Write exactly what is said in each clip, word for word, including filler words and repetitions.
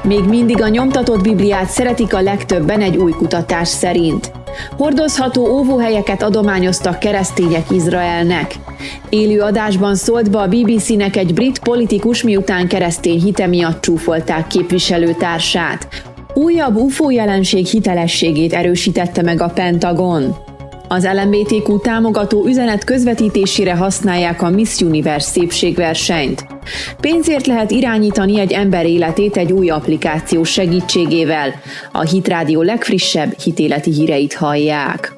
Még mindig a nyomtatott Bibliát szeretik a legtöbben egy új kutatás szerint. Hordozható óvóhelyeket adományoztak keresztények Izraelnek. Élő adásban szólt be a bé bé cé-nek egy brit politikus, miután keresztény hite miatt csúfolták képviselőtársát. Újabb u f o jelenség hitelességét erősítette meg a Pentagon. Az el em bé té kú támogató üzenet közvetítésére használják a Miss Universe szépségversenyt. Pénzért lehet irányítani egy ember életét egy új applikáció segítségével. A Hit Rádió legfrissebb hitéleti híreit hallják.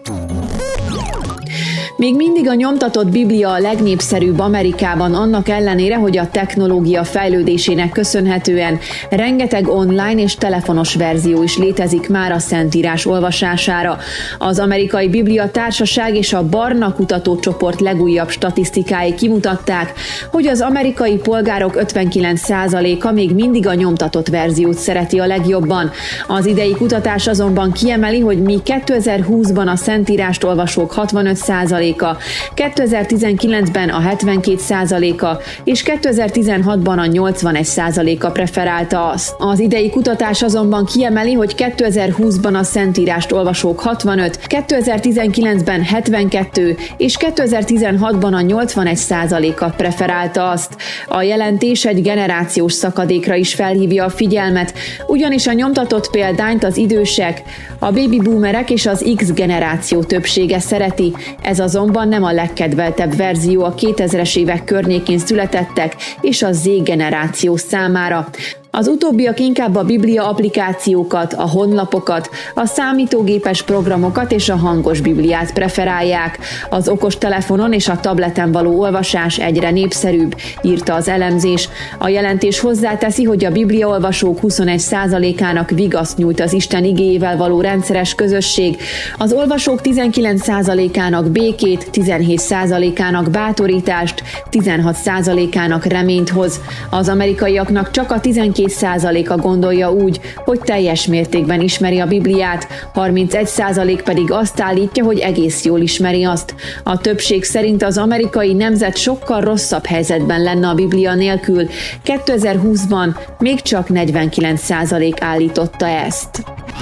Még mindig a nyomtatott Biblia a legnépszerűbb Amerikában, annak ellenére, hogy a technológia fejlődésének köszönhetően rengeteg online és telefonos verzió is létezik már a Szentírás olvasására. Az Amerikai Biblia Társaság és a Barna kutatócsoport legújabb statisztikái kimutatták, hogy az amerikai polgárok ötvenkilenc százaléka még mindig a nyomtatott verziót szereti a legjobban. Az idei kutatás azonban kiemeli, hogy míg kétezer-húszban a Szentírást olvasók hatvanöt százaléka, kétezer-tizenkilencben a hetvenkét százaléka és kétezer-tizenhatban a nyolcvanegy százaléka preferálta azt. Az idei kutatás azonban kiemeli, hogy kétezer-húszban a Szentírást olvasók hatvanöt, kétezer-tizenkilencben hetvenkettő és kétezer-tizenhatban a nyolcvanegy százaléka preferálta azt. A jelentés egy generációs szakadékra is felhívja a figyelmet, ugyanis a nyomtatott példányt az idősek, a baby boomerek és az X generáció többsége szereti, ez azonban nem a legkedveltebb verzió a kétezres évek környékén születettek és a Z generáció számára. Az utóbbiak inkább a Biblia applikációkat, a honlapokat, a számítógépes programokat és a hangos Bibliát preferálják. Az okostelefonon és a tableten való olvasás egyre népszerűbb, írta az elemzés. A jelentés hozzáteszi, hogy a bibliaolvasók huszonegy százalékának vigaszt nyújt az Isten igéjével való rendszeres közösség, az olvasók tizenkilenc százalékának békét, tizenhét százalékának bátorítást, tizenhat százalékának reményt hoz. Az amerikaiaknak csak a tizenkét százaléka gondolja úgy, hogy teljes mértékben ismeri a Bibliát, harmincegy százalék pedig azt állítja, hogy egész jól ismeri azt. A többség szerint az amerikai nemzet sokkal rosszabb helyzetben lenne a Biblia nélkül. kétezer-húszban még csak negyvenkilenc százalék állította ezt.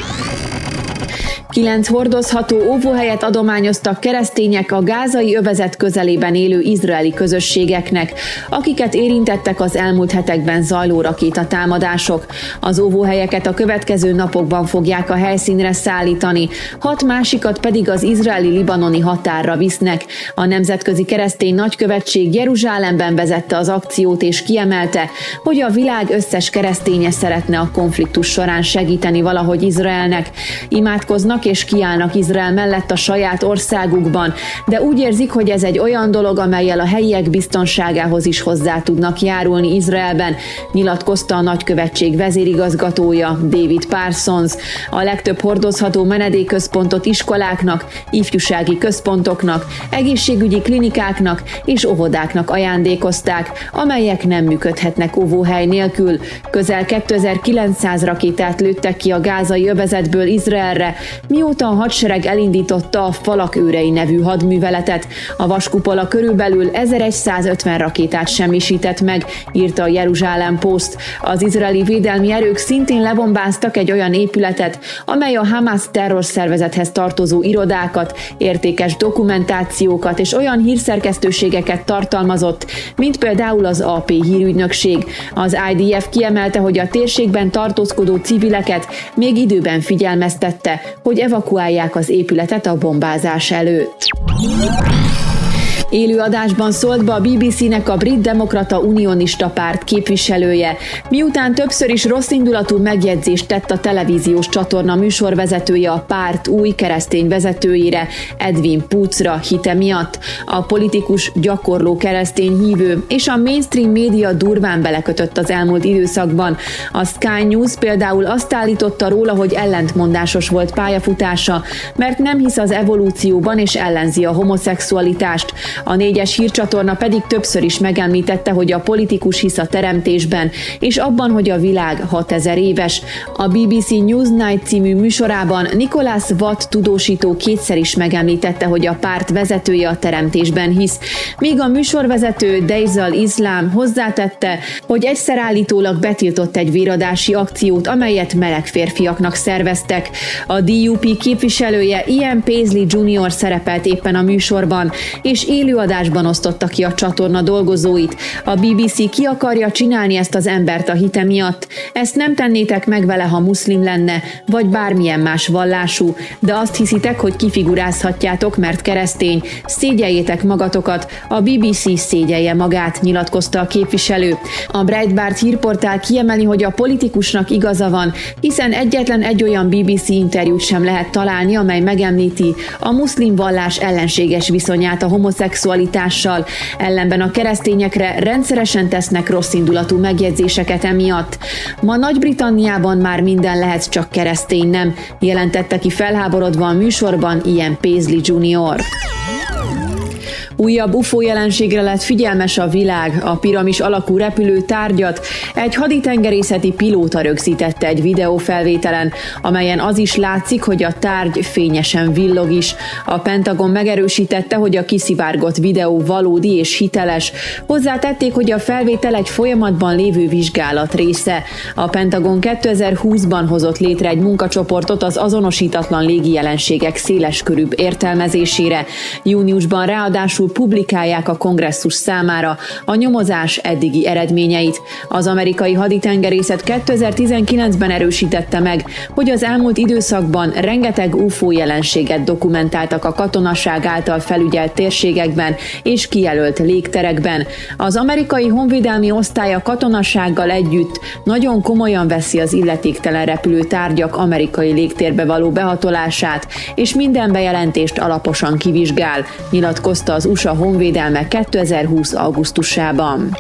Kilenc hordozható óvóhelyet adományoztak keresztények a gázai övezet közelében élő izraeli közösségeknek, akiket érintettek az elmúlt hetekben zajló rakétatámadások. Az óvóhelyeket a következő napokban fogják a helyszínre szállítani, hat másikat pedig az izraeli-libanoni határra visznek. A Nemzetközi Keresztény Nagykövetség Jeruzsálemben vezette az akciót és kiemelte, hogy a világ összes kereszténye szeretne a konfliktus során segíteni valahogy Izraelnek. Imádkoznak és kiállnak Izrael mellett a saját országukban, de úgy érzik, hogy ez egy olyan dolog, amellyel a helyiek biztonságához is hozzá tudnak járulni Izraelben, nyilatkozta a nagykövetség vezérigazgatója, David Parsons. A legtöbb hordozható menedékközpontot iskoláknak, ifjúsági központoknak, egészségügyi klinikáknak és óvodáknak ajándékozták, amelyek nem működhetnek óvóhely nélkül. Közel kétezer-kilencszáz rakétát lőttek ki a gázai övezetből Izraelre, mióta a hadsereg elindította a Falak őrei nevű hadműveletet. A vaskupola körülbelül ezerszázötven rakétát semmisített meg, írta a Jeruzsálem Post. Az izraeli védelmi erők szintén lebombáztak egy olyan épületet, amely a Hamas terrorszervezethez tartozó irodákat, értékes dokumentációkat és olyan hírszerkesztőségeket tartalmazott, mint például az á pé hírügynökség. Az i dé ef kiemelte, hogy a térségben tartózkodó civileket még időben figyelmeztette, hogy evakuálják az épületet a bombázás előtt. Élő adásban szólt be a bé bé cé-nek a Brit Demokrata Unionista Párt képviselője, miután többször is rosszindulatú megjegyzést tett a televíziós csatorna műsorvezetője a párt új keresztény vezetőjére, Edwin Pootsra hite miatt. A politikus gyakorló keresztény hívő, és a mainstream média durván belekötött az elmúlt időszakban. A Sky News például azt állította róla, hogy ellentmondásos volt pályafutása, mert nem hisz az evolúcióban és ellenzi a homoszexualitást. A négyes hírcsatorna pedig többször is megemlítette, hogy a politikus hisz a teremtésben, és abban, hogy a világ hatezer éves. A bé bé cé Newsnight című műsorában Nicholas Watt tudósító kétszer is megemlítette, hogy a párt vezetője a teremtésben hisz, míg a műsorvezető Deizal Islam hozzátette, hogy egyszer állítólag betiltott egy véradási akciót, amelyet meleg férfiaknak szerveztek. A dé u pé képviselője Ian Paisley junior szerepelt éppen a műsorban, és élőadásban osztotta ki a csatorna dolgozóit. A bé bé cé ki akarja csinálni ezt az embert a hite miatt. Ezt nem tennétek meg vele, ha muszlim lenne, vagy bármilyen más vallású, de azt hiszitek, hogy kifigurázhatjátok, mert keresztény. Szégyeljétek magatokat, a bé bé cé szégyelje magát, nyilatkozta a képviselő. A Breitbart hírportál kiemeli, hogy a politikusnak igaza van, hiszen egyetlen egy olyan bé bé cé interjút sem lehet találni, amely megemlíti a muszlim vallás ellenséges viszonyát a homoszexualitással. Ellenben a keresztényekre rendszeresen tesznek rosszindulatú megjegyzéseket emiatt. Ma Nagy-Britanniában már minden lehet, csak keresztény nem, jelentette ki felháborodva a műsorban Ian Paisley junior Újabb ufó jelenségre lett figyelmes a világ. A piramis alakú repülő tárgyat egy haditengerészeti pilóta rögzítette egy videófelvételen, amelyen az is látszik, hogy a tárgy fényesen villog is. A Pentagon megerősítette, hogy a kiszivárgott videó valódi és hiteles. Hozzátették, hogy a felvétel egy folyamatban lévő vizsgálat része. A Pentagon kétezer-húszban hozott létre egy munkacsoportot az azonosítatlan légijelenségek széleskörűbb értelmezésére. Júniusban ráadásul publikálják a kongresszus számára a nyomozás eddigi eredményeit. Az amerikai haditengerészet kétezer-tizenkilencben erősítette meg, hogy az elmúlt időszakban rengeteg ufó jelenséget dokumentáltak a katonaság által felügyelt térségekben és kijelölt légterekben. Az amerikai honvédelmi osztály a katonasággal együtt nagyon komolyan veszi az illetéktelen repülőtárgyak amerikai légtérbe való behatolását, és minden bejelentést alaposan kivizsgál, nyilatkozta az u es á honvédelme kétezer-húsz augusztusában.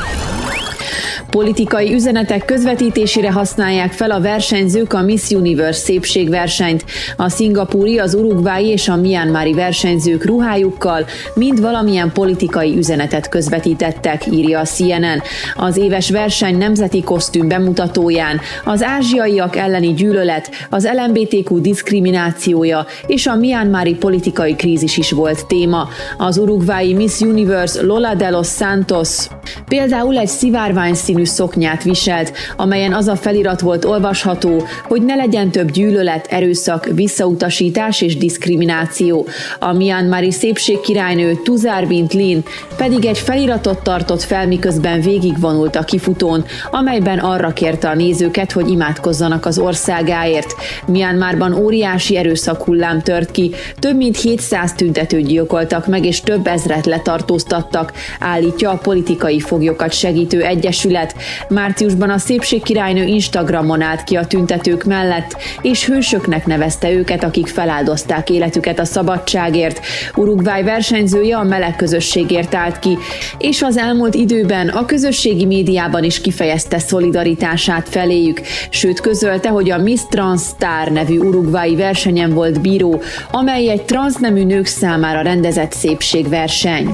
Politikai üzenetek közvetítésére használják fel a versenyzők a Miss Universe szépségversenyt. A szingapúri, az urugvái és a mianmari versenyzők ruhájukkal mind valamilyen politikai üzenetet közvetítettek, írja a cé en en. Az éves verseny nemzeti kosztüm bemutatóján az ázsiaiak elleni gyűlölet, az el em bé té kú diszkriminációja és a mianmari politikai krízis is volt téma. Az urugvái Miss Universe Lola de los Santos például egy szivárvány színű szoknyát viselt, amelyen az a felirat volt olvasható, hogy ne legyen több gyűlölet, erőszak, visszautasítás és diszkrimináció. A mianmari szépségkirálynő Tuzar Bint Lin pedig egy feliratot tartott fel, miközben végigvonult a kifutón, amelyben arra kérte a nézőket, hogy imádkozzanak az országáért. Mianmarban óriási erőszakhullám tört ki, több mint hétszáz tüntetőt gyilkoltak meg, és több ezret letartóztattak, állítja a politikai foglyokat segítő egyesület. Márciusban a szépségkirálynő Instagramon állt ki a tüntetők mellett, és hősöknek nevezte őket, akik feláldozták életüket a szabadságért. Uruguay versenyzője a meleg közösségért állt ki, és az elmúlt időben a közösségi médiában is kifejezte szolidaritását feléjük, sőt közölte, hogy a Miss Trans Star nevű uruguayi versenyen volt bíró, amely egy transznemű nők számára rendezett szépségverseny.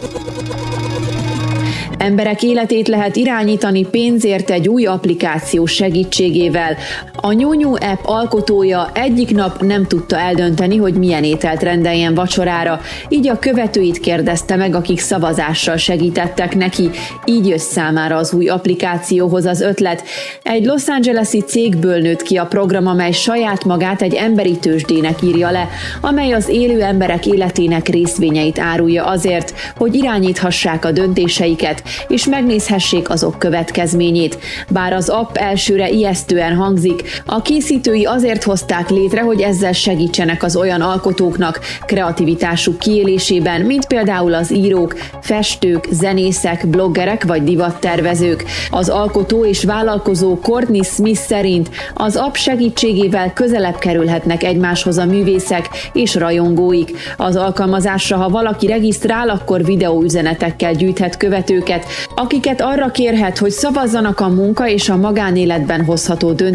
Emberek életét lehet irányítani pénzért egy új applikáció segítségével. A Nyúnyú app alkotója egyik nap nem tudta eldönteni, hogy milyen ételt rendeljen vacsorára, így a követőit kérdezte meg, akik szavazással segítettek neki. Így jött számára az új applikációhoz az ötlet. Egy Los Angeles-i cégből nőtt ki a program, amely saját magát egy emberi tőzsdének írja le, amely az élő emberek életének részvényeit árulja azért, hogy irányíthassák a döntéseiket, és megnézhessék azok következményét. Bár az app elsőre ijesztően hangzik, a készítői azért hozták létre, hogy ezzel segítsenek az olyan alkotóknak kreativitásuk kiélésében, mint például az írók, festők, zenészek, bloggerek vagy divattervezők. Az alkotó és vállalkozó Courtney Smith szerint az app segítségével közelebb kerülhetnek egymáshoz a művészek és rajongóik. Az alkalmazásra, ha valaki regisztrál, akkor videóüzenetekkel gyűjthet követőket, akiket arra kérhet, hogy szavazzanak a munka és a magánéletben hozható döntéseire,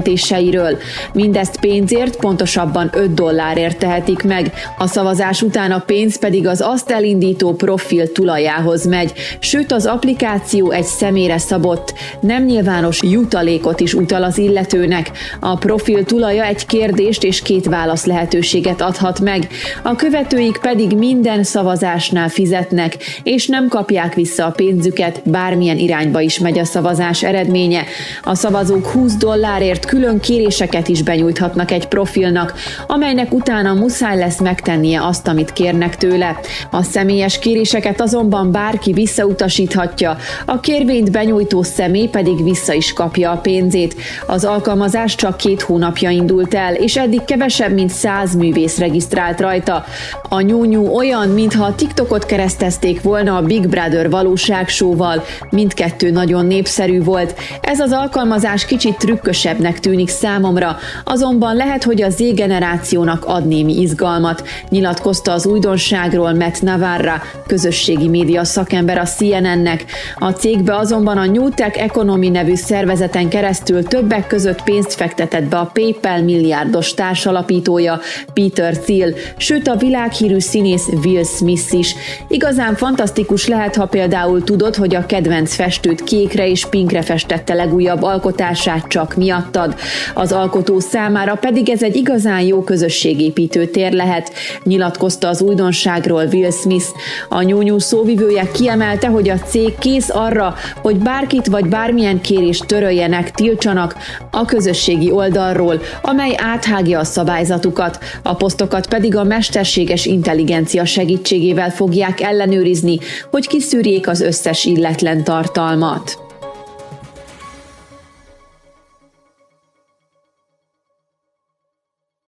termékeiről. Mindezt pénzért, pontosabban öt dollárért tehetik meg. A szavazás után a pénz pedig az azt elindító profil tulajához megy, sőt az applikáció egy személyre szabott, nem nyilvános jutalékot is utal az illetőnek. A profil tulaja egy kérdést és két válasz lehetőséget adhat meg. A követőik pedig minden szavazásnál fizetnek, és nem kapják vissza a pénzüket, bármilyen irányba is megy a szavazás eredménye. A szavazók húsz dollárért külön kéréseket is benyújthatnak egy profilnak, amelynek utána muszáj lesz megtennie azt, amit kérnek tőle. A személyes kéréseket azonban bárki visszautasíthatja, a kérvényt benyújtó személy pedig vissza is kapja a pénzét. Az alkalmazás csak két hónapja indult el, és eddig kevesebb, mint száz művész regisztrált rajta. A nyúnyú olyan, mintha a TikTokot keresztezték volna a Big Brother valóságsóval. Mindkettő nagyon népszerű volt. Ez az alkalmazás kicsit trükkösebbnek tűnik számomra, azonban lehet, hogy a Z-generációnak ad némi izgalmat, nyilatkozta az újdonságról Matt Navarra, közösségi média szakember a C N N-nek. A cégbe azonban a New Tech Economy nevű szervezeten keresztül többek között pénzt fektetett be a PayPal milliárdos társalapítója Peter Thiel, sőt a világhírű színész Will Smith is. Igazán fantasztikus lehet, ha például tudod, hogy a kedvenc festőt kékre és pinkre festette legújabb alkotását csak miattad. Az alkotó számára pedig ez egy igazán jó közösségépítő tér lehet, nyilatkozta az újdonságról Will Smith. A nyúnyú szóvivője kiemelte, hogy a cég kész arra, hogy bárkit vagy bármilyen kérést töröljenek, tiltsanak a közösségi oldalról, amely áthágja a szabályzatukat. A posztokat pedig a mesterséges intelligencia segítségével fogják ellenőrizni, hogy kiszűrjék az összes illetlen tartalmat.